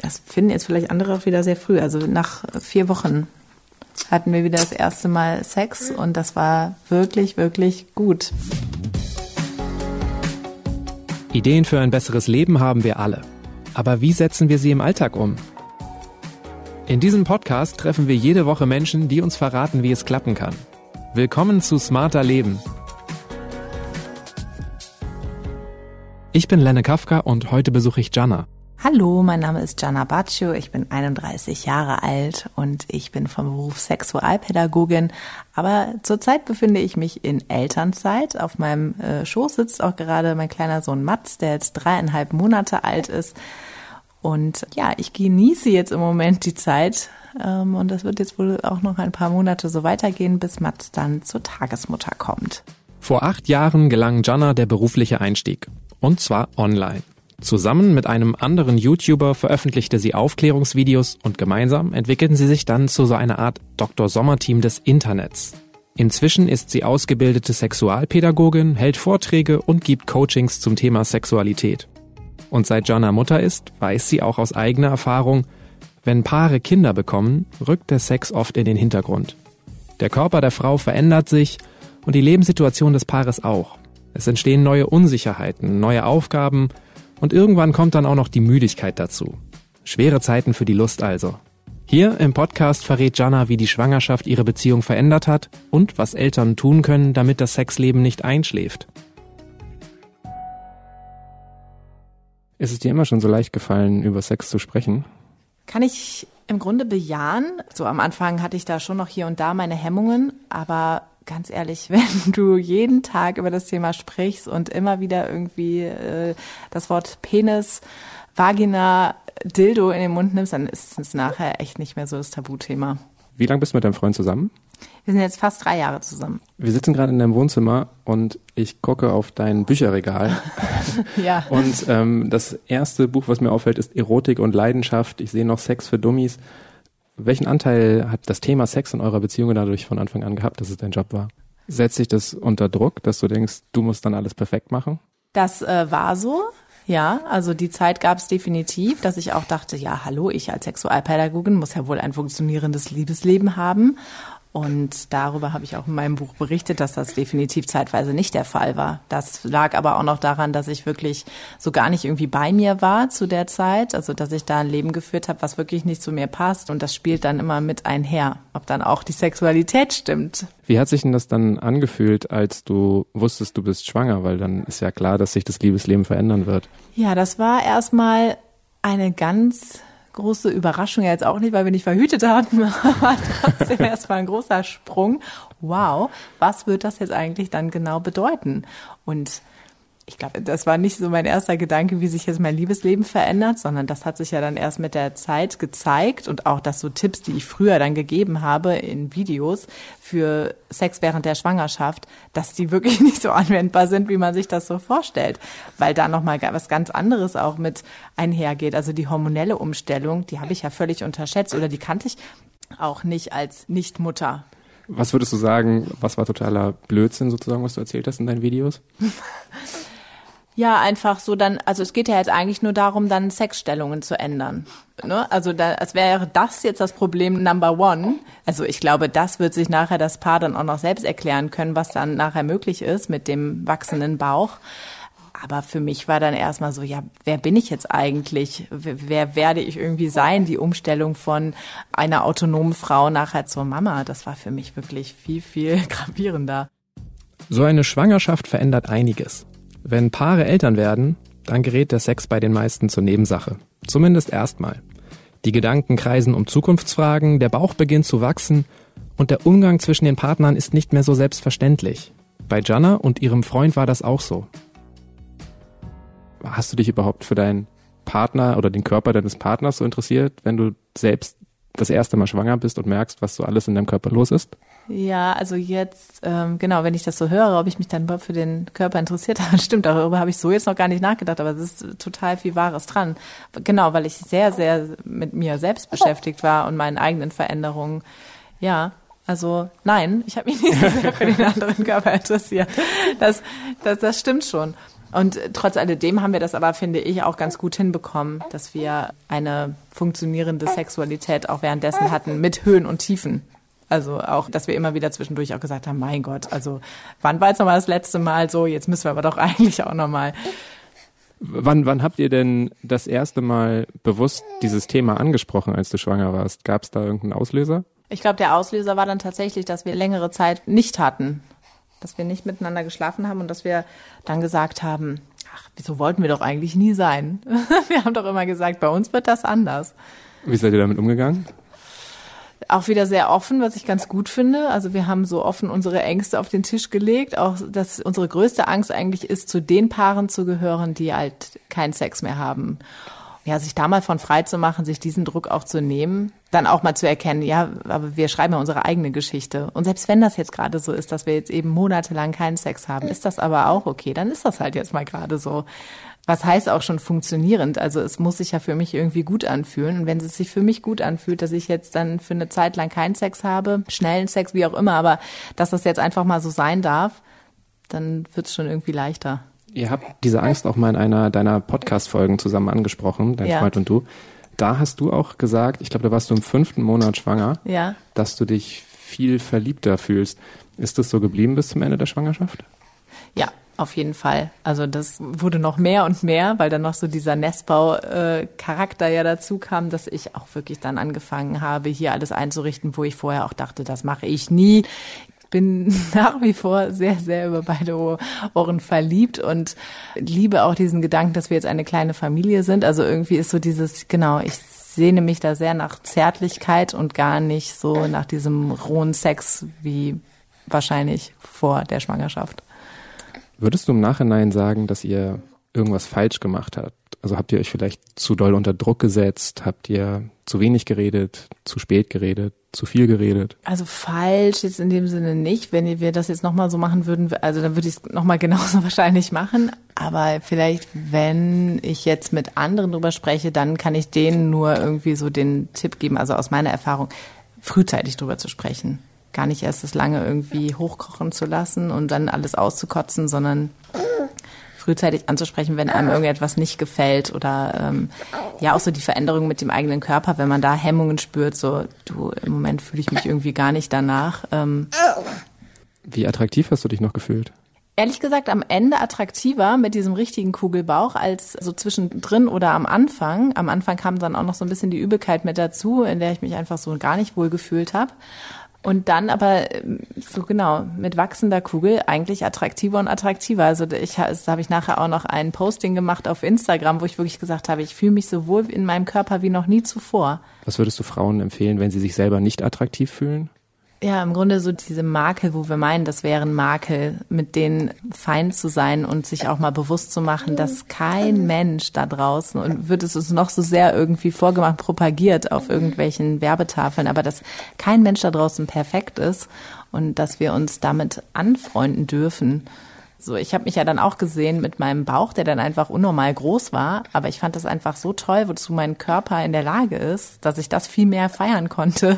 das finden jetzt vielleicht andere auch wieder sehr früh. Also nach 4 Wochen hatten wir wieder das erste Mal Sex und das war wirklich, wirklich gut. Ideen für ein besseres Leben haben wir alle. Aber wie setzen wir sie im Alltag um? In diesem Podcast treffen wir jede Woche Menschen, die uns verraten, wie es klappen kann. Willkommen zu Smarter Leben. Ich bin Lenne Kafka und heute besuche ich Gianna. Hallo, mein Name ist Gianna Baccio, ich bin 31 Jahre alt und ich bin vom Beruf Sexualpädagogin, aber zurzeit befinde ich mich in Elternzeit. Auf meinem Schoß sitzt auch gerade mein kleiner Sohn Mats, der jetzt 3,5 Monate alt ist. Und ja, ich genieße jetzt im Moment die Zeit und das wird jetzt wohl auch noch ein paar Monate so weitergehen, bis Mats dann zur Tagesmutter kommt. Vor 8 Jahren gelang Gianna der berufliche Einstieg, und zwar online. Zusammen mit einem anderen YouTuber veröffentlichte sie Aufklärungsvideos und gemeinsam entwickelten sie sich dann zu so einer Art Dr. Sommer-Team des Internets. Inzwischen ist sie ausgebildete Sexualpädagogin, hält Vorträge und gibt Coachings zum Thema Sexualität. Und seit Gianna Mutter ist, weiß sie auch aus eigener Erfahrung, wenn Paare Kinder bekommen, rückt der Sex oft in den Hintergrund. Der Körper der Frau verändert sich und die Lebenssituation des Paares auch. Es entstehen neue Unsicherheiten, neue Aufgaben und irgendwann kommt dann auch noch die Müdigkeit dazu. Schwere Zeiten für die Lust also. Hier im Podcast verrät Gianna, wie die Schwangerschaft ihre Beziehung verändert hat und was Eltern tun können, damit das Sexleben nicht einschläft. Ist es dir immer schon so leicht gefallen, über Sex zu sprechen? Kann ich im Grunde bejahen. So am Anfang hatte ich da schon noch hier und da meine Hemmungen, aber ganz ehrlich, wenn du jeden Tag über das Thema sprichst und immer wieder irgendwie das Wort Penis, Vagina, Dildo in den Mund nimmst, dann ist es nachher echt nicht mehr so das Tabuthema. Wie lange bist du mit deinem Freund zusammen? Wir sind jetzt fast 3 Jahre zusammen. Wir sitzen gerade in deinem Wohnzimmer und ich gucke auf dein Bücherregal. Ja. Und das erste Buch, was mir auffällt, ist Erotik und Leidenschaft. Ich sehe noch Sex für Dummies. Welchen Anteil hat das Thema Sex in eurer Beziehung dadurch von Anfang an gehabt, dass es dein Job war? Setzt sich das unter Druck, dass du denkst, du musst dann alles perfekt machen? Das war so, ja. Also die Zeit gab es definitiv, dass ich auch dachte, ja, hallo, ich als Sexualpädagogin muss ja wohl ein funktionierendes Liebesleben haben. Und darüber habe ich auch in meinem Buch berichtet, dass das definitiv zeitweise nicht der Fall war. Das lag aber auch noch daran, dass ich wirklich so gar nicht irgendwie bei mir war zu der Zeit. Also dass ich da ein Leben geführt habe, was wirklich nicht zu mir passt. Und das spielt dann immer mit einher, ob dann auch die Sexualität stimmt. Wie hat sich denn das dann angefühlt, als du wusstest, du bist schwanger? Weil dann ist ja klar, dass sich das Liebesleben verändern wird. Ja, das war erstmal eine ganz große Überraschung jetzt auch nicht, weil wir nicht verhütet hatten, aber trotzdem erstmal ein großer Sprung. Wow, was wird das jetzt eigentlich dann genau bedeuten? Und ich glaube, das war nicht so mein erster Gedanke, wie sich jetzt mein Liebesleben verändert, sondern das hat sich ja dann erst mit der Zeit gezeigt und auch, dass so Tipps, die ich früher dann gegeben habe in Videos für Sex während der Schwangerschaft, dass die wirklich nicht so anwendbar sind, wie man sich das so vorstellt, weil da nochmal was ganz anderes auch mit einhergeht. Also die hormonelle Umstellung, die habe ich ja völlig unterschätzt oder die kannte ich auch nicht als Nichtmutter. Was würdest du sagen, was war totaler Blödsinn sozusagen, was du erzählt hast in deinen Videos? Ja, einfach so dann, also es geht ja jetzt eigentlich nur darum, dann Sexstellungen zu ändern. Ne? Also als wäre das jetzt das Problem Number One. Also ich glaube, das wird sich nachher das Paar dann auch noch selbst erklären können, was dann nachher möglich ist mit dem wachsenden Bauch. Aber für mich war dann erstmal so, ja, wer bin ich jetzt eigentlich? Wer werde ich irgendwie sein? Die Umstellung von einer autonomen Frau nachher zur Mama, das war für mich wirklich viel, viel gravierender. So eine Schwangerschaft verändert einiges. Wenn Paare Eltern werden, dann gerät der Sex bei den meisten zur Nebensache. Zumindest erstmal. Die Gedanken kreisen um Zukunftsfragen, der Bauch beginnt zu wachsen und der Umgang zwischen den Partnern ist nicht mehr so selbstverständlich. Bei Gianna und ihrem Freund war das auch so. Hast du dich überhaupt für deinen Partner oder den Körper deines Partners so interessiert, wenn du selbst das erste Mal schwanger bist und merkst, was so alles in deinem Körper los ist? Ja, also jetzt, genau, wenn ich das so höre, ob ich mich dann für den Körper interessiert habe, stimmt, darüber habe ich so jetzt noch gar nicht nachgedacht, aber es ist total viel Wahres dran. Genau, weil ich sehr, sehr mit mir selbst beschäftigt war und meinen eigenen Veränderungen. Ja, also nein, ich habe mich nicht so sehr für den anderen Körper interessiert. Das stimmt schon. Und trotz alledem haben wir das aber, finde ich, auch ganz gut hinbekommen, dass wir eine funktionierende Sexualität auch währenddessen hatten mit Höhen und Tiefen. Also auch, dass wir immer wieder zwischendurch auch gesagt haben, mein Gott, also wann war jetzt nochmal das letzte Mal so, jetzt müssen wir aber doch eigentlich auch nochmal. Wann habt ihr denn das erste Mal bewusst dieses Thema angesprochen, als du schwanger warst? Gab es da irgendeinen Auslöser? Ich glaube, der Auslöser war dann tatsächlich, dass wir längere Zeit nicht hatten, dass wir nicht miteinander geschlafen haben und dass wir dann gesagt haben, ach, wieso wollten wir doch eigentlich nie sein? Wir haben doch immer gesagt, bei uns wird das anders. Wie seid ihr damit umgegangen? Auch wieder sehr offen, was ich ganz gut finde. Also wir haben so offen unsere Ängste auf den Tisch gelegt. Auch, dass unsere größte Angst eigentlich ist, zu den Paaren zu gehören, die halt keinen Sex mehr haben. Ja, sich da mal von frei zu machen, sich diesen Druck auch zu nehmen, dann auch mal zu erkennen, ja, aber wir schreiben ja unsere eigene Geschichte. Und selbst wenn das jetzt gerade so ist, dass wir jetzt eben monatelang keinen Sex haben, ist das aber auch okay. Dann ist das halt jetzt mal gerade so. Was heißt auch schon funktionierend? Also es muss sich ja für mich irgendwie gut anfühlen. Und wenn es sich für mich gut anfühlt, dass ich jetzt dann für eine Zeit lang keinen Sex habe, schnellen Sex, wie auch immer, aber dass das jetzt einfach mal so sein darf, dann wird es schon irgendwie leichter. Ihr habt diese Angst auch mal in einer deiner Podcast-Folgen zusammen angesprochen, dein Freund und du. Da hast du auch gesagt, ich glaube, da warst du im 5. Monat schwanger, dass du dich viel verliebter fühlst. Ist das so geblieben bis zum Ende der Schwangerschaft? Ja, auf jeden Fall. Also das wurde noch mehr und mehr, weil dann noch so dieser Nestbau-Charakter ja dazu kam, dass ich auch wirklich dann angefangen habe, hier alles einzurichten, wo ich vorher auch dachte, das mache ich nie. Bin nach wie vor sehr, sehr über beide Ohren verliebt und liebe auch diesen Gedanken, dass wir jetzt eine kleine Familie sind. Also irgendwie ist so dieses, genau, ich sehne mich da sehr nach Zärtlichkeit und gar nicht so nach diesem rohen Sex wie wahrscheinlich vor der Schwangerschaft. Würdest du im Nachhinein sagen, dass ihr irgendwas falsch gemacht habt? Also habt ihr euch vielleicht zu doll unter Druck gesetzt? Habt ihr zu wenig geredet, zu spät geredet, zu viel geredet? Also falsch jetzt in dem Sinne nicht. Wenn wir das jetzt nochmal so machen würden, also dann würde ich es nochmal genauso wahrscheinlich machen. Aber vielleicht, wenn ich jetzt mit anderen drüber spreche, dann kann ich denen nur irgendwie so den Tipp geben, also aus meiner Erfahrung, frühzeitig drüber zu sprechen. Gar nicht erst das lange irgendwie hochkochen zu lassen und dann alles auszukotzen, sondern frühzeitig anzusprechen, wenn einem irgendetwas nicht gefällt oder ja auch so die Veränderung mit dem eigenen Körper, wenn man da Hemmungen spürt, so du, im Moment fühle ich mich irgendwie gar nicht danach. Wie attraktiv hast du dich noch gefühlt? Ehrlich gesagt am Ende attraktiver mit diesem richtigen Kugelbauch als so zwischendrin oder am Anfang. Am Anfang kam dann auch noch so ein bisschen die Übelkeit mit dazu, in der ich mich einfach so gar nicht wohl gefühlt habe. Und dann aber so genau mit wachsender Kugel eigentlich attraktiver und attraktiver. Also da habe ich nachher auch noch ein Posting gemacht auf Instagram, wo ich wirklich gesagt habe, ich fühle mich so wohl in meinem Körper wie noch nie zuvor. Was würdest du Frauen empfehlen, wenn sie sich selber nicht attraktiv fühlen? Ja, im Grunde so diese Makel, wo wir meinen, das wären Makel, mit denen fein zu sein und sich auch mal bewusst zu machen, dass kein Mensch da draußen, und wird es uns noch so sehr irgendwie vorgemacht, propagiert auf irgendwelchen Werbetafeln, aber dass kein Mensch da draußen perfekt ist und dass wir uns damit anfreunden dürfen. So, ich habe mich ja dann auch gesehen mit meinem Bauch, der dann einfach unnormal groß war, aber ich fand das einfach so toll, wozu mein Körper in der Lage ist, dass ich das viel mehr feiern konnte.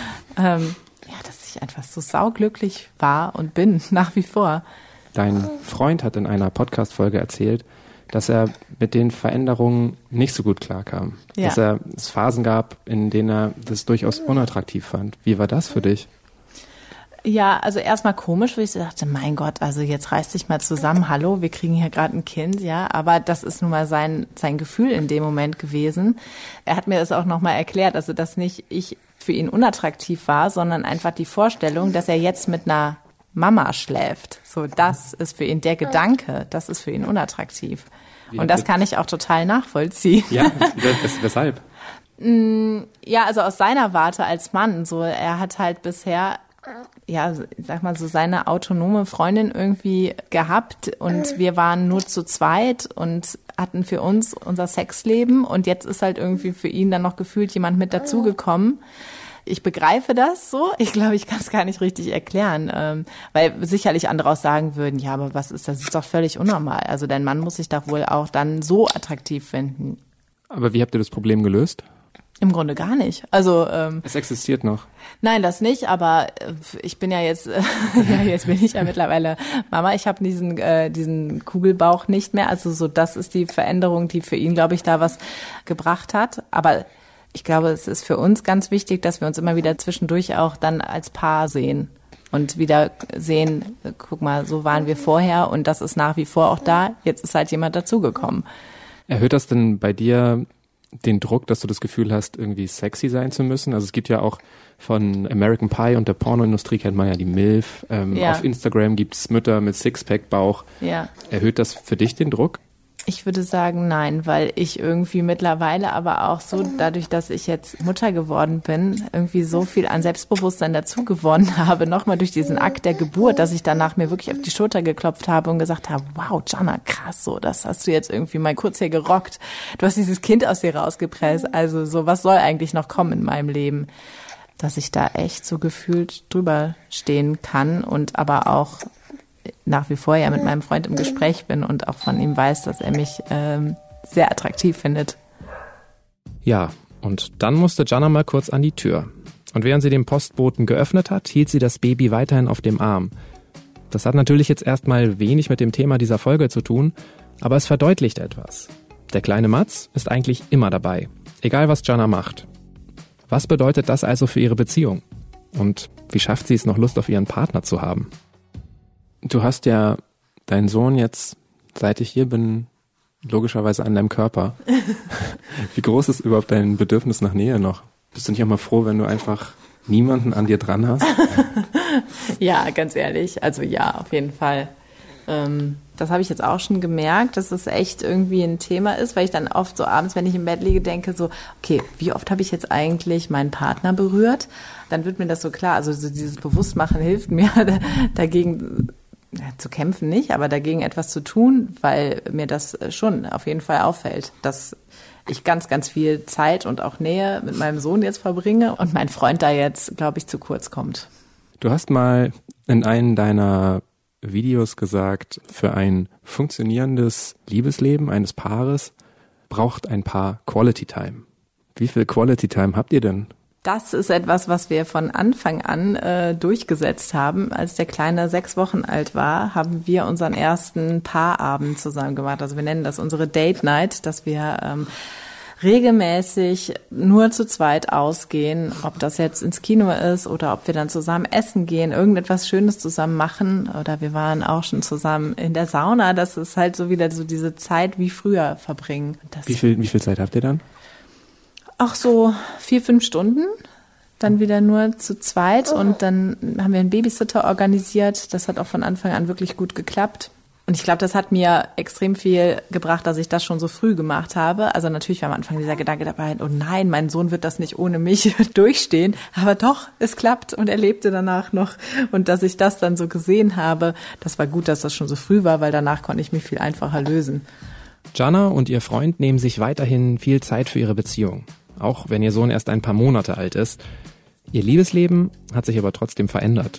Dass ich einfach so sauglücklich war und bin, nach wie vor. Dein Freund hat in einer Podcast-Folge erzählt, dass er mit den Veränderungen nicht so gut klarkam. Ja. Dass es Phasen gab, in denen er das durchaus unattraktiv fand. Wie war das für dich? Ja, also erstmal komisch, wo ich so dachte, mein Gott, also jetzt reiß dich mal zusammen, hallo, wir kriegen hier gerade ein Kind, ja, aber das ist nun mal sein Gefühl in dem Moment gewesen. Er hat mir das auch nochmal erklärt, also dass nicht ich für ihn unattraktiv war, sondern einfach die Vorstellung, dass er jetzt mit einer Mama schläft. So, das ist für ihn der Gedanke, das ist für ihn unattraktiv. Und das kann ich auch total nachvollziehen. Ja, weshalb? Ja, also aus seiner Warte als Mann, so, er hat halt bisher, ja, sag mal so seine autonome Freundin irgendwie gehabt und wir waren nur zu zweit und hatten für uns unser Sexleben und jetzt ist halt irgendwie für ihn dann noch gefühlt jemand mit dazugekommen. Ich begreife das so. Ich glaube, ich kann es gar nicht richtig erklären, weil sicherlich andere auch sagen würden, ja, aber was ist das? Das ist doch völlig unnormal. Also dein Mann muss sich doch wohl auch dann so attraktiv finden. Aber wie habt ihr das Problem gelöst? Im Grunde gar nicht. Also es existiert noch. Nein, das nicht, aber ich bin ja jetzt, jetzt bin ich ja mittlerweile Mama. Ich habe diesen Kugelbauch nicht mehr. Also so, das ist die Veränderung, die für ihn, glaube ich, da was gebracht hat. Aber ich glaube, es ist für uns ganz wichtig, dass wir uns immer wieder zwischendurch auch dann als Paar sehen und wieder sehen, guck mal, so waren wir vorher und das ist nach wie vor auch da. Jetzt ist halt jemand dazugekommen. Erhöht das denn bei dir den Druck, dass du das Gefühl hast, irgendwie sexy sein zu müssen? Also es gibt ja auch von American Pie und der Pornoindustrie kennt man ja die MILF. Auf Instagram gibt's Mütter mit Sixpack-Bauch. Ja. Erhöht das für dich den Druck? Ich würde sagen, nein, weil ich irgendwie mittlerweile aber auch so, dadurch, dass ich jetzt Mutter geworden bin, irgendwie so viel an Selbstbewusstsein dazu gewonnen habe, nochmal durch diesen Akt der Geburt, dass ich danach mir wirklich auf die Schulter geklopft habe und gesagt habe, wow, Jana, krass, so, das hast du jetzt irgendwie mal kurz hier gerockt. Du hast dieses Kind aus dir rausgepresst. Also so, was soll eigentlich noch kommen in meinem Leben? Dass ich da echt so gefühlt drüber stehen kann und aber auch nach wie vor ja mit meinem Freund im Gespräch bin und auch von ihm weiß, dass er mich sehr attraktiv findet. Ja, und dann musste Jana mal kurz an die Tür. Und während sie den Postboten geöffnet hat, hielt sie das Baby weiterhin auf dem Arm. Das hat natürlich jetzt erstmal wenig mit dem Thema dieser Folge zu tun, aber es verdeutlicht etwas. Der kleine Mats ist eigentlich immer dabei, egal was Jana macht. Was bedeutet das also für ihre Beziehung? Und wie schafft sie es noch, Lust auf ihren Partner zu haben? Du hast ja deinen Sohn jetzt, seit ich hier bin, logischerweise an deinem Körper. Wie groß ist überhaupt dein Bedürfnis nach Nähe noch? Bist du nicht auch mal froh, wenn du einfach niemanden an dir dran hast? Ja, ganz ehrlich. Also ja, auf jeden Fall. Das habe ich jetzt auch schon gemerkt, dass es echt irgendwie ein Thema ist, weil ich dann oft so abends, wenn ich im Bett liege, denke so, okay, wie oft habe ich jetzt eigentlich meinen Partner berührt? Dann wird mir das so klar. Also so dieses Bewusstmachen hilft mir dagegen zu kämpfen nicht, aber dagegen etwas zu tun, weil mir das schon auf jeden Fall auffällt, dass ich ganz, ganz viel Zeit und auch Nähe mit meinem Sohn jetzt verbringe und mein Freund da jetzt, glaube ich, zu kurz kommt. Du hast mal in einem deiner Videos gesagt, für ein funktionierendes Liebesleben eines Paares braucht ein Paar Quality Time. Wie viel Quality Time habt ihr denn? Das ist etwas, was wir von Anfang an durchgesetzt haben. Als der Kleine 6 Wochen alt war, haben wir unseren ersten Paarabend zusammen gemacht. Also wir nennen das unsere Date Night, dass wir regelmäßig nur zu zweit ausgehen, ob das jetzt ins Kino ist oder ob wir dann zusammen essen gehen, irgendetwas Schönes zusammen machen oder wir waren auch schon zusammen in der Sauna. Das ist halt so wieder so diese Zeit wie früher verbringen. Wie viel Zeit habt ihr dann? Auch so 4-5 Stunden, dann wieder nur zu zweit und dann haben wir einen Babysitter organisiert. Das hat auch von Anfang an wirklich gut geklappt. Und ich glaube, das hat mir extrem viel gebracht, dass ich das schon so früh gemacht habe. Also natürlich war am Anfang dieser Gedanke dabei, oh nein, mein Sohn wird das nicht ohne mich durchstehen. Aber doch, es klappt und er lebte danach noch. Und dass ich das dann so gesehen habe, das war gut, dass das schon so früh war, weil danach konnte ich mich viel einfacher lösen. Jana und ihr Freund nehmen sich weiterhin viel Zeit für ihre Beziehung. Auch wenn ihr Sohn erst ein paar Monate alt ist. Ihr Liebesleben hat sich aber trotzdem verändert.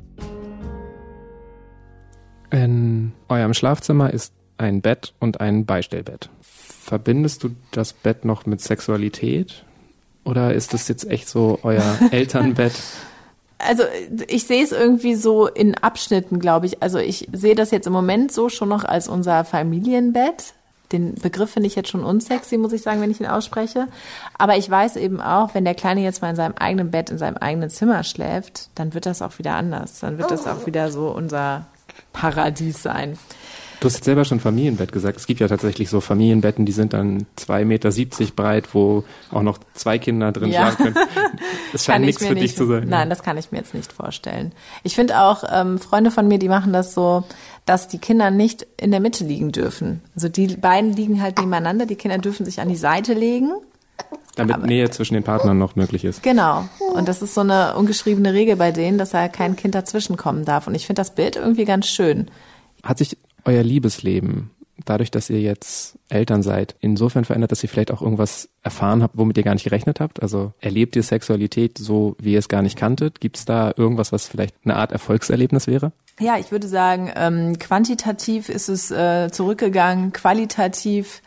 In eurem Schlafzimmer ist ein Bett und ein Beistellbett. Verbindest du das Bett noch mit Sexualität? Oder ist das jetzt echt so euer Elternbett? Also ich sehe es irgendwie so in Abschnitten, glaube ich. Also ich sehe das jetzt im Moment so schon noch als unser Familienbett. Den Begriff finde ich jetzt schon unsexy, muss ich sagen, wenn ich ihn ausspreche. Aber ich weiß eben auch, wenn der Kleine jetzt mal in seinem eigenen Bett, in seinem eigenen Zimmer schläft, dann wird das auch wieder anders. Dann wird das auch wieder so unser Paradies sein. Du hast jetzt selber schon Familienbett gesagt. Es gibt ja tatsächlich so Familienbetten, die sind dann 2,70 Meter breit, wo auch noch 2 Kinder drin schlafen können. Das scheint nichts für dich zu sein. Nein, das kann ich mir jetzt nicht vorstellen. Ich finde auch, Freunde von mir, die machen das so, dass die Kinder nicht in der Mitte liegen dürfen. Also die beiden liegen halt nebeneinander, die Kinder dürfen sich an die Seite legen. Damit Nähe zwischen den Partnern noch möglich ist. Genau. Und das ist so eine ungeschriebene Regel bei denen, dass da kein Kind dazwischen kommen darf. Und ich finde das Bild irgendwie ganz schön. Hat sich euer Liebesleben, dadurch, dass ihr jetzt Eltern seid, insofern verändert, dass ihr vielleicht auch irgendwas erfahren habt, womit ihr gar nicht gerechnet habt? Also erlebt ihr Sexualität so, wie ihr es gar nicht kanntet? Gibt es da irgendwas, was vielleicht eine Art Erfolgserlebnis wäre? Ja, ich würde sagen, quantitativ ist es zurückgegangen, qualitativ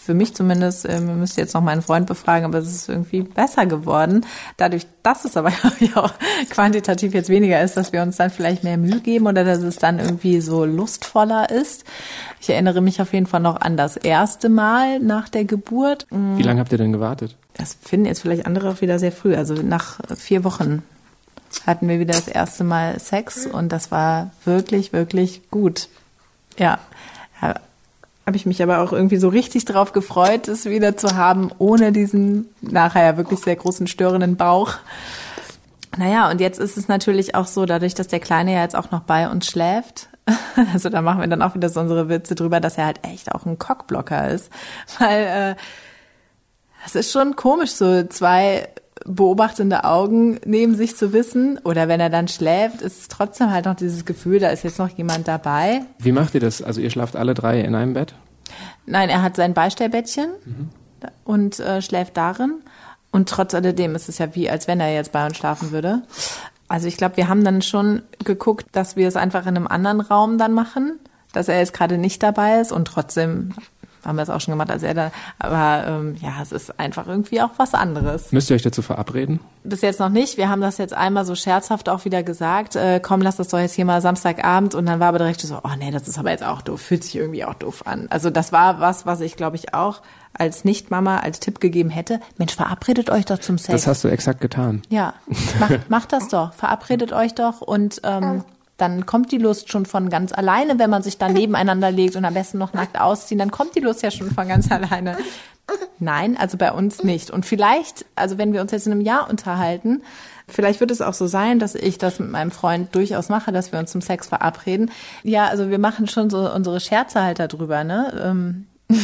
für mich zumindest, müsst ihr jetzt noch meinen Freund befragen, aber es ist irgendwie besser geworden. Dadurch, dass es aber auch quantitativ jetzt weniger ist, dass wir uns dann vielleicht mehr Mühe geben oder dass es dann irgendwie so lustvoller ist. Ich erinnere mich auf jeden Fall noch an das erste Mal nach der Geburt. Wie lange habt ihr denn gewartet? Das finden jetzt vielleicht andere auch wieder sehr früh. Also nach 4 Wochen hatten wir wieder das erste Mal Sex und das war wirklich, wirklich gut. Ja, habe ich mich aber auch irgendwie so richtig drauf gefreut, es wieder zu haben, ohne diesen nachher ja wirklich sehr großen störenden Bauch. Naja, und jetzt ist es natürlich auch so, dadurch, dass der Kleine ja jetzt auch noch bei uns schläft, also da machen wir dann auch wieder so unsere Witze drüber, dass er halt echt auch ein Cockblocker ist, weil es ist schon komisch, so 2 beobachtende Augen neben sich zu wissen. Oder wenn er dann schläft, ist es trotzdem halt noch dieses Gefühl, da ist jetzt noch jemand dabei. Wie macht ihr das? Also ihr schlaft alle 3 in einem Bett? Nein, er hat sein Beistellbettchen und schläft darin. Und trotz alledem ist es ja wie, als wenn er jetzt bei uns schlafen würde. Also ich glaube, wir haben dann schon geguckt, dass wir es einfach in einem anderen Raum dann machen, dass er jetzt gerade nicht dabei ist und trotzdem haben wir es auch schon gemacht, als er da, aber ja, es ist einfach irgendwie auch was anderes. Müsst ihr euch dazu verabreden? Bis jetzt noch nicht. Wir haben das jetzt einmal so scherzhaft auch wieder gesagt, komm, lass das doch jetzt hier mal Samstagabend und dann war aber direkt so, oh nee, das ist aber jetzt auch doof, fühlt sich irgendwie auch doof an. Also das war was ich glaube ich auch als Nicht-Mama als Tipp gegeben hätte. Mensch, verabredet euch doch zum Sex. Das hast du exakt getan. Ja, macht das doch. Verabredet euch doch und dann kommt die Lust schon von ganz alleine, wenn man sich dann nebeneinander legt und am besten noch nackt ausziehen, dann kommt die Lust ja schon von ganz alleine. Nein, also bei uns nicht. Und vielleicht, also wenn wir uns jetzt in einem Jahr unterhalten, vielleicht wird es auch so sein, dass ich das mit meinem Freund durchaus mache, dass wir uns zum Sex verabreden. Ja, also wir machen schon so unsere Scherze halt darüber, ne?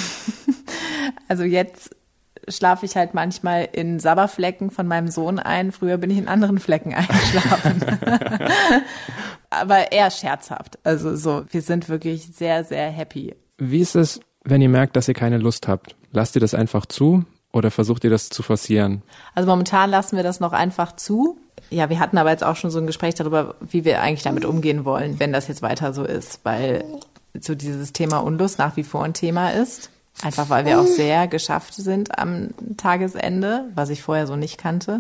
Also jetzt schlafe ich halt manchmal in Sabberflecken von meinem Sohn ein. Früher bin ich in anderen Flecken eingeschlafen. Aber eher scherzhaft. Also so, wir sind wirklich sehr, sehr happy. Wie ist es, wenn ihr merkt, dass ihr keine Lust habt? Lasst ihr das einfach zu oder versucht ihr das zu forcieren? Also momentan lassen wir das noch einfach zu. Ja, wir hatten aber jetzt auch schon so ein Gespräch darüber, wie wir eigentlich damit umgehen wollen, wenn das jetzt weiter so ist. Weil so dieses Thema Unlust nach wie vor ein Thema ist. Einfach weil wir auch sehr geschafft sind am Tagesende, was ich vorher so nicht kannte.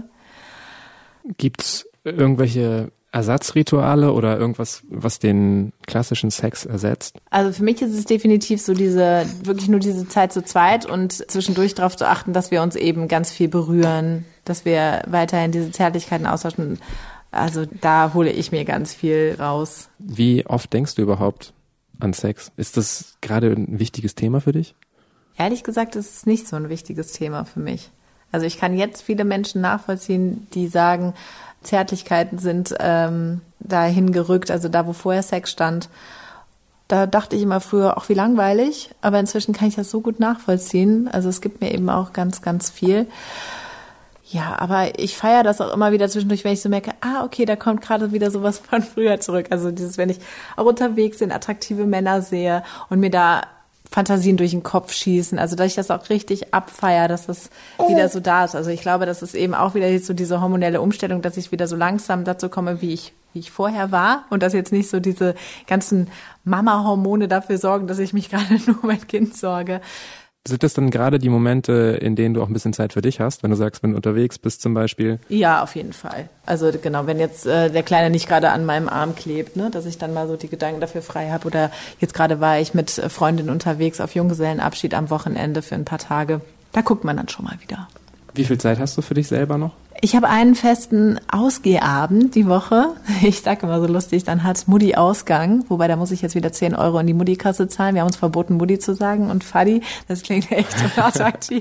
Gibt's irgendwelche Ersatzrituale oder irgendwas, was den klassischen Sex ersetzt? Also für mich ist es definitiv so wirklich nur diese Zeit zu zweit und zwischendurch darauf zu achten, dass wir uns eben ganz viel berühren, dass wir weiterhin diese Zärtlichkeiten austauschen. Also da hole ich mir ganz viel raus. Wie oft denkst du überhaupt an Sex? Ist das gerade ein wichtiges Thema für dich? Ehrlich gesagt ist es nicht so ein wichtiges Thema für mich. Also ich kann jetzt viele Menschen nachvollziehen, die sagen, Zärtlichkeiten sind dahin gerückt, also da, wo vorher Sex stand. Da dachte ich immer früher, auch wie langweilig, aber inzwischen kann ich das so gut nachvollziehen. Also es gibt mir eben auch ganz, ganz viel. Ja, aber ich feiere das auch immer wieder zwischendurch, wenn ich so merke, okay, da kommt gerade wieder sowas von früher zurück. Also dieses, wenn ich auch unterwegs bin, attraktive Männer sehe und mir da Fantasien durch den Kopf schießen, also dass ich das auch richtig abfeiere, dass das wieder so da ist. Also ich glaube, das ist eben auch wieder jetzt so diese hormonelle Umstellung, dass ich wieder so langsam dazu komme, wie ich vorher war und dass jetzt nicht so diese ganzen Mama-Hormone dafür sorgen, dass ich mich gerade nur um mein Kind sorge. Sind das dann gerade die Momente, in denen du auch ein bisschen Zeit für dich hast, wenn du sagst, wenn du unterwegs bist zum Beispiel? Ja, auf jeden Fall. Also genau, wenn jetzt der Kleine nicht gerade an meinem Arm klebt, ne, dass ich dann mal so die Gedanken dafür frei habe. Oder jetzt gerade war ich mit Freundinnen unterwegs auf Junggesellenabschied am Wochenende für ein paar Tage. Da guckt man dann schon mal wieder. Wie viel Zeit hast du für dich selber noch? Ich habe einen festen Ausgehabend die Woche. Ich sage immer so lustig, dann hat Mutti Ausgang. Wobei, da muss ich jetzt wieder 10 Euro in die Mutti-Kasse zahlen. Wir haben uns verboten, Mutti zu sagen und Fadi. Das klingt echt unattraktiv.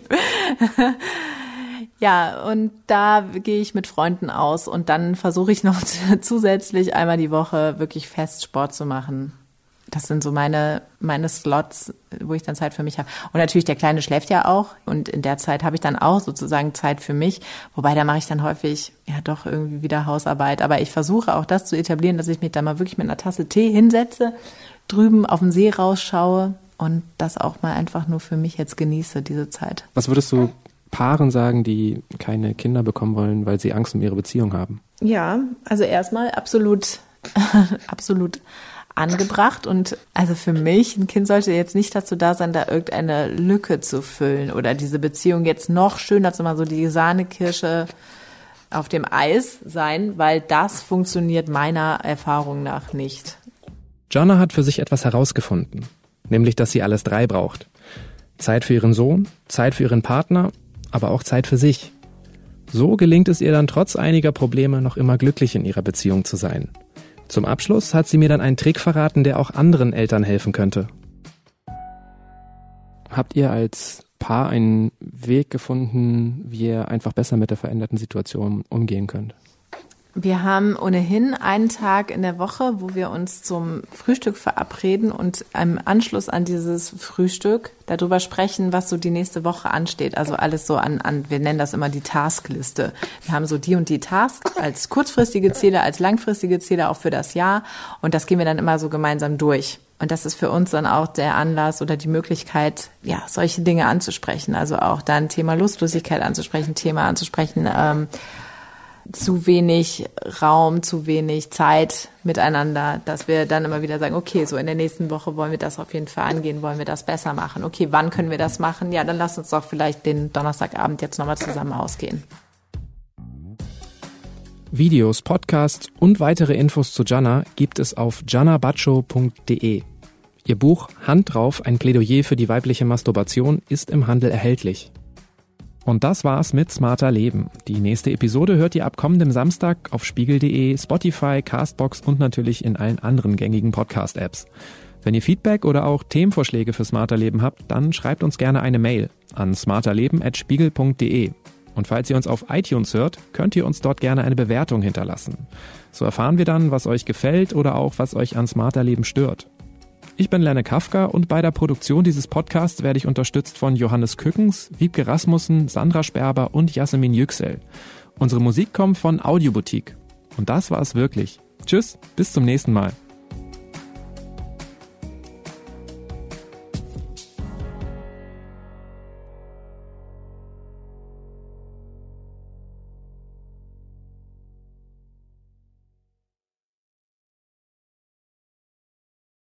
Ja, und da gehe ich mit Freunden aus. Und dann versuche ich noch zusätzlich einmal die Woche wirklich fest Sport zu machen. Das sind so meine Slots, wo ich dann Zeit für mich habe. Und natürlich, der Kleine schläft ja auch. Und in der Zeit habe ich dann auch sozusagen Zeit für mich. Wobei, da mache ich dann häufig ja doch irgendwie wieder Hausarbeit. Aber ich versuche auch das zu etablieren, dass ich mich da mal wirklich mit einer Tasse Tee hinsetze, drüben auf den See rausschaue und das auch mal einfach nur für mich jetzt genieße, diese Zeit. Was würdest du Paaren sagen, die keine Kinder bekommen wollen, weil sie Angst um ihre Beziehung haben? Ja, also erstmal absolut angebracht. Und also für mich, ein Kind sollte jetzt nicht dazu da sein, da irgendeine Lücke zu füllen oder diese Beziehung jetzt noch schöner zu machen, so die Sahnekirsche auf dem Eis sein, weil das funktioniert meiner Erfahrung nach nicht. Jana hat für sich etwas herausgefunden, nämlich, dass sie alles 3 braucht. Zeit für ihren Sohn, Zeit für ihren Partner, aber auch Zeit für sich. So gelingt es ihr dann trotz einiger Probleme noch immer glücklich in ihrer Beziehung zu sein. Zum Abschluss hat sie mir dann einen Trick verraten, der auch anderen Eltern helfen könnte. Habt ihr als Paar einen Weg gefunden, wie ihr einfach besser mit der veränderten Situation umgehen könnt? Wir haben ohnehin einen Tag in der Woche, wo wir uns zum Frühstück verabreden und im Anschluss an dieses Frühstück darüber sprechen, was so die nächste Woche ansteht. Also alles so an wir nennen das immer die Taskliste. Wir haben so die und die Tasks als kurzfristige Ziele, als langfristige Ziele auch für das Jahr und das gehen wir dann immer so gemeinsam durch. Und das ist für uns dann auch der Anlass oder die Möglichkeit, ja, solche Dinge anzusprechen. Also auch dann Thema Lustlosigkeit anzusprechen, zu wenig Raum, zu wenig Zeit miteinander, dass wir dann immer wieder sagen, okay, so in der nächsten Woche wollen wir das auf jeden Fall angehen, wollen wir das besser machen. Okay, wann können wir das machen? Ja, dann lass uns doch vielleicht den Donnerstagabend jetzt nochmal zusammen ausgehen. Videos, Podcasts und weitere Infos zu Jana gibt es auf janabacho.de. Ihr Buch Hand drauf, ein Plädoyer für die weibliche Masturbation ist im Handel erhältlich. Und das war's mit Smarter Leben. Die nächste Episode hört ihr ab kommendem Samstag auf spiegel.de, Spotify, Castbox und natürlich in allen anderen gängigen Podcast-Apps. Wenn ihr Feedback oder auch Themenvorschläge für Smarter Leben habt, dann schreibt uns gerne eine Mail an smarterleben@spiegel.de. Und falls ihr uns auf iTunes hört, könnt ihr uns dort gerne eine Bewertung hinterlassen. So erfahren wir dann, was euch gefällt oder auch was euch an Smarter Leben stört. Ich bin Lenne Kafka und bei der Produktion dieses Podcasts werde ich unterstützt von Johannes Kückens, Wiebke Rasmussen, Sandra Sperber und Jasmin Yüksel. Unsere Musik kommt von Audioboutique. Und das war es wirklich. Tschüss, bis zum nächsten Mal.